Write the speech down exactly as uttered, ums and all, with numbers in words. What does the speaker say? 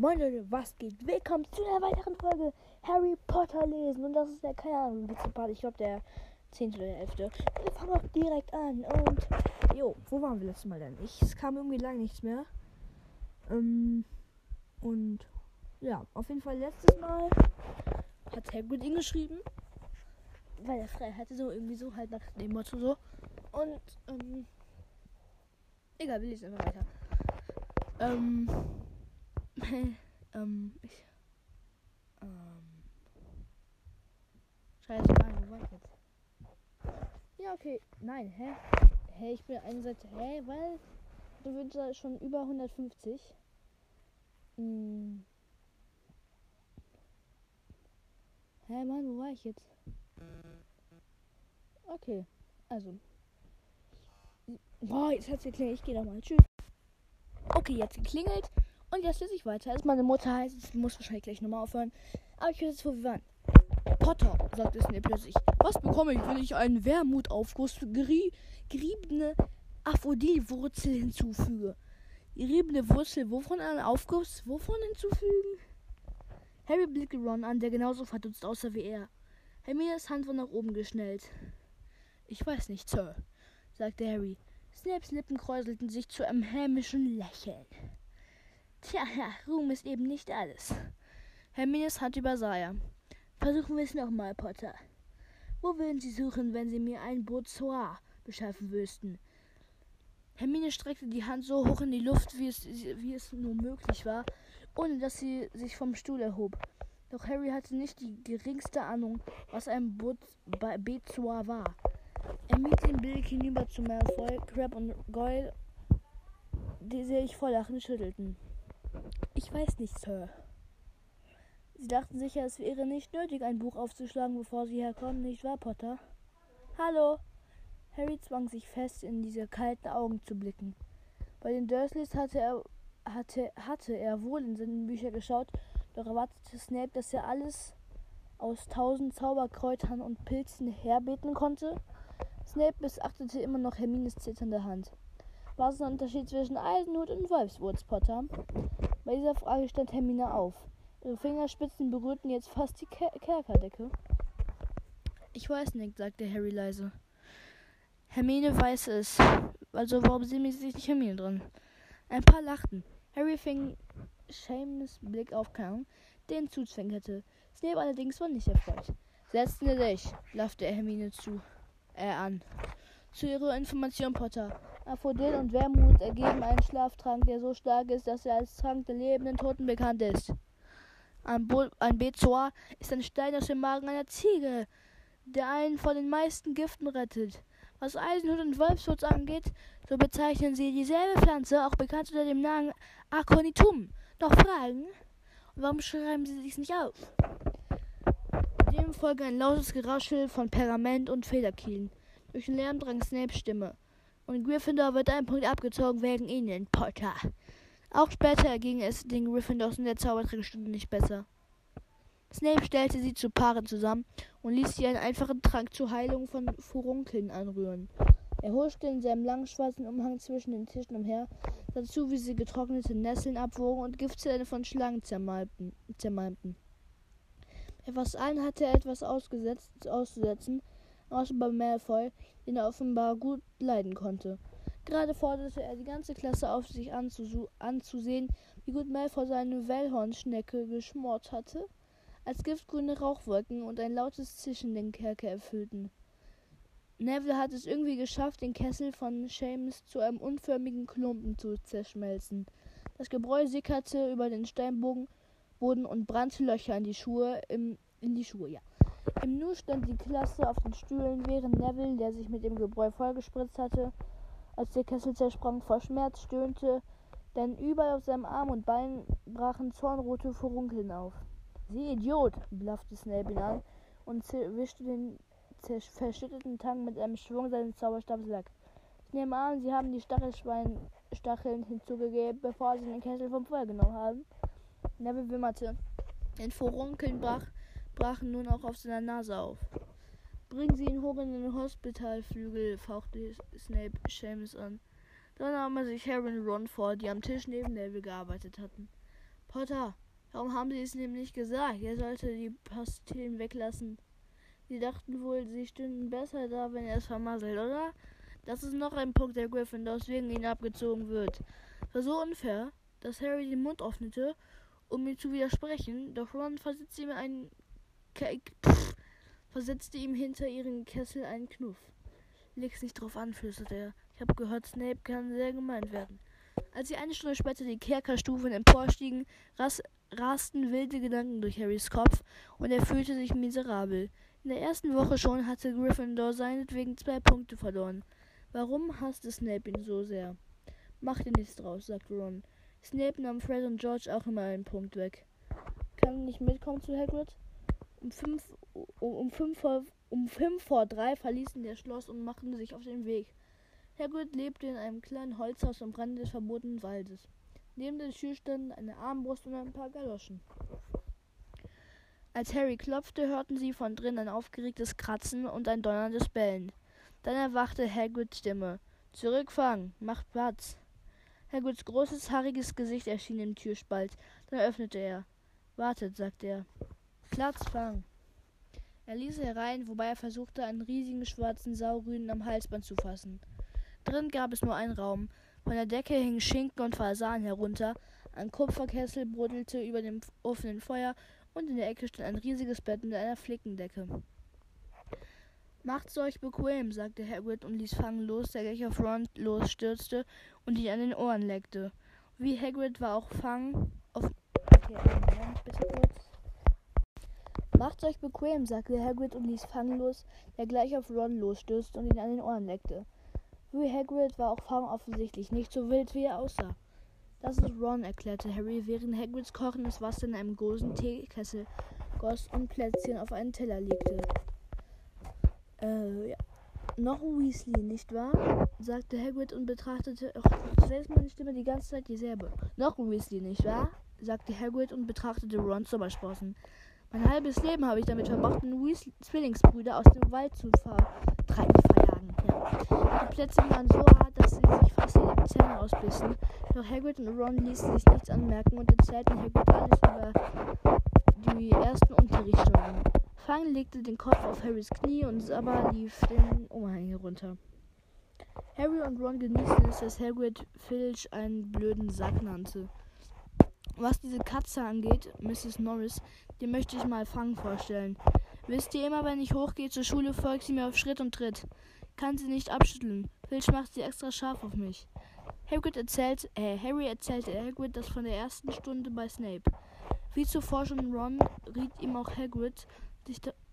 Moin Leute, was geht? Willkommen zu einer weiteren Folge Harry Potter lesen. Und das ist der, keine Ahnung, wie Part, ich glaube der zehnte oder der elfte. Wir fangen auch direkt an. Und, jo, wo waren wir letztes Mal denn? Ich, es kam irgendwie lange nichts mehr. Ähm, und, ja, auf jeden Fall letztes Mal hat Hagrid ihn geschrieben. Weil er frei hatte, so irgendwie so, halt nach dem Motto so. Und, ähm, egal, wir lesen einfach weiter. Ähm, ähm, ich, ähm, scheiße, nein, wo war ich jetzt? Ja, okay, nein, hä? Hä, ich bin eine Seite, hä, weil, du würdest schon über hundertfünfzig. Hm. Hä, Mann, wo war ich jetzt? Okay, also. Boah, jetzt hat's geklingelt, ich gehe nochmal, tschüss. Okay, jetzt geklingelt. Und jetzt lese ich weiter. Also meine Mutter heißt, es muss wahrscheinlich gleich nochmal aufhören. Aber ich weiß jetzt, wo wir waren. Potter, sagte Snape plötzlich. Was bekomme ich, wenn ich einen Wermutaufguss für gerie- geriebene Aphrodilwurzel hinzufüge? Geriebene Wurzel, wovon einen Aufguss? Wovon hinzufügen? Harry blickte Ron an, der genauso verdutzt aussah wie er. Hermines Hand war nach oben geschnellt. Ich weiß nicht, Sir, sagte Harry. Snapes Lippen kräuselten sich zu einem hämischen Lächeln. Tja, ja, Ruhm ist eben nicht alles. Hermines Hand übersah er. Versuchen wir es nochmal, Potter. Wo würden Sie suchen, wenn Sie mir ein Boudoir beschaffen wüssten? Hermine streckte die Hand so hoch in die Luft, wie es, wie es nur möglich war, ohne dass sie sich vom Stuhl erhob. Doch Harry hatte nicht die geringste Ahnung, was ein Boudoir war. Er mied den Blick hinüber zu Malfoy, Crabbe und Goyle, die sich vor Lachen schüttelten. Ich weiß nicht, Sir. Sie dachten sicher, es wäre nicht nötig, ein Buch aufzuschlagen, bevor sie herkommen, nicht wahr, Potter? Hallo? Harry zwang sich fest, in diese kalten Augen zu blicken. Bei den Dursleys hatte er, hatte, hatte er wohl in seinen Büchern geschaut, doch erwartete Snape, dass er alles aus tausend Zauberkräutern und Pilzen herbeten konnte. Snape missachtete immer noch Hermines zitternde Hand. Was ist der Unterschied zwischen Eisenhut und Wolfswurz, Potter? Bei dieser Frage stand Hermine auf. Ihre Fingerspitzen berührten jetzt fast die Ker- Kerkerdecke. Ich weiß nicht, sagte Harry leise. Hermine weiß es. Also warum sind wir sich nicht Hermine dran? Ein paar lachten. Harry fing Seamus Blick auf Kang, den zuzwinkerte. Snape allerdings war nicht erfreut. Setzen Sie dich, blaffte er Hermine zu, äh, an. Zu Ihrer Information, Potter. Aphrodil und Wermut ergeben einen Schlaftrank, der so stark ist, dass er als Trank der lebenden Toten bekannt ist. Ein, Bo- ein Boudoir ist ein Stein aus dem Magen einer Ziege, der einen vor den meisten Giften rettet. Was Eisenhut und Wolfswurz angeht, so bezeichnen sie dieselbe Pflanze, auch bekannt unter dem Namen Aconitum. Noch Fragen? Und warum schreiben sie sich nicht auf? Dem folgte ein lautes Geraschel von Pergament und Federkielen. Durch den Lärm drang Snapes Stimme. Und Gryffindor wird ein Punkt abgezogen wegen Ihnen, Potter. Auch später ging es den Gryffindors in der Zaubertrankstunde nicht besser. Snape stellte sie zu Paaren zusammen und ließ sie einen einfachen Trank zur Heilung von Furunkeln anrühren. Er huschte in seinem langen schwarzen Umhang zwischen den Tischen umher, sah zu, wie sie getrocknete Nesseln abwogen und Giftzähne von Schlangen zermalmten. zermalmten. Bei fast allen hatte er etwas ausgesetzt, auszusetzen, außer bei Malfoy, den er offenbar gut leiden konnte. Gerade forderte er die ganze Klasse auf, sich anzusu- anzusehen, wie gut Malfoy seine Wellhornschnecke geschmort hatte, als giftgrüne Rauchwolken und ein lautes Zischen den Kerker erfüllten. Neville hatte es irgendwie geschafft, den Kessel von Seamus zu einem unförmigen Klumpen zu zerschmelzen. Das Gebräu sickerte über den Steinboden Boden und brannte Löcher in die Schuhe, im, in die Schuhe, ja. Im Nu stand die Klasse auf den Stühlen, während Neville, der sich mit dem Gebräu vollgespritzt hatte, als der Kessel zersprang, vor Schmerz stöhnte, denn überall auf seinem Arm und Bein brachen zornrote Furunkeln auf. »Sie Idiot«, blaffte Snape ihn an und wischte den verschütteten Tank mit einem Schwung seines Zauberstabs weg. »Ich nehme an, Sie haben die Stachelschwein-Stacheln hinzugegeben, bevor Sie den Kessel vom Feuer genommen haben.« Neville wimmerte. Den Furunkeln brach, brachen nun auch auf seiner Nase auf. »Bringen Sie ihn hoch in den Hospitalflügel«, fauchte Snape Seamus an. Dann nahm er sich Harry und Ron vor, die am Tisch neben Neville gearbeitet hatten. Potter, warum haben Sie es ihm nicht gesagt? Er sollte die Pastillen weglassen. Sie dachten wohl, sie stünden besser da, wenn er es vermasselt, oder? Das ist noch ein Punkt der Gryffindors, wegen ihn abgezogen wird. Es war so unfair, dass Harry den Mund öffnete, um ihm zu widersprechen, doch Ron versetzte ihm einen Ke- Pff, versetzte ihm hinter ihren Kessel einen Knuff. Leg's nicht drauf an, flüsterte er. Ich habe gehört, Snape kann sehr gemein werden. Als sie eine Stunde später die Kerkerstufen emporstiegen, ras- rasten wilde Gedanken durch Harrys Kopf und er fühlte sich miserabel. In der ersten Woche schon hatte Gryffindor seinetwegen zwei Punkte verloren. Warum hasste Snape ihn so sehr? Mach dir nichts draus, sagte Ron. Snape nahm Fred und George auch immer einen Punkt weg. Kann nicht mitkommen zu Hagrid? Um fünf, um, um, fünf vor, um fünf vor drei verließen das Schloss und machten sich auf den Weg. Hagrid lebte in einem kleinen Holzhaus am Rande des verbotenen Waldes. Neben der Tür standen eine Armbrust und ein paar Galoschen. Als Harry klopfte, hörten sie von drinnen ein aufgeregtes Kratzen und ein donnerndes Bellen. Dann erwachte Hagrids Stimme. Zurückfangen, macht Platz. Hagrids großes, haariges Gesicht erschien im Türspalt. Dann öffnete er. Wartet, sagte er. Platz, fang. Er ließ herein, wobei er versuchte, einen riesigen schwarzen Saurüden am Halsband zu fassen. Drin gab es nur einen Raum. Von der Decke hingen Schinken und Fasan herunter. Ein Kupferkessel brodelte über dem offenen Feuer und in der Ecke stand ein riesiges Bett mit einer Flickendecke. Macht's euch bequem, sagte Hagrid und ließ Fang los, der gleich auf Ron losstürzte und ihn an den Ohren leckte. Wie Hagrid war auch Fang auf... Okay, einen Moment, bitte kurz. Macht's euch bequem, sagte Hagrid und ließ Fang los, der gleich auf Ron losstürzte und ihn an den Ohren leckte. Wie Hagrid war auch Fang offensichtlich nicht so wild, wie er aussah. Das ist Ron, erklärte Harry, während Hagrids kochendes Wasser in einem großen Teekessel goss und Plätzchen auf einen Teller legte. Äh, ja. Noch ein Weasley, nicht wahr? Sagte Hagrid und betrachtete... Ach, selbst meine Stimme die ganze Zeit dieselbe. Noch ein Weasley, nicht wahr? Sagte Hagrid und betrachtete Ron Sommersprossen. Mein halbes Leben habe ich damit verbracht, einen Weasley Zwillingsbrüder aus dem Wald zu vertreiben, verjagen. Ja. Die Plätzchen waren so hart, dass sie sich fast in die Zähne ausbissen. Doch Hagrid und Ron ließen sich nichts anmerken und erzählten Hagrid alles über die ersten Unterrichtsstunden. Fang legte den Kopf auf Harrys Knie und Sabber lief den Umhang herunter. Harry und Ron genießen es, dass Hagrid Filch einen blöden Sack nannte. Was diese Katze angeht, Misses Norris, die möchte ich mal Fang vorstellen. Wisst ihr, immer wenn ich hochgehe zur Schule, folgt sie mir auf Schritt und Tritt. Kann sie nicht abschütteln. Filch macht sie extra scharf auf mich. Hagrid erzählt, äh, Harry erzählte Hagrid das von der ersten Stunde bei Snape. Wie zuvor schon Ron riet ihm auch Hagrid, sich, da,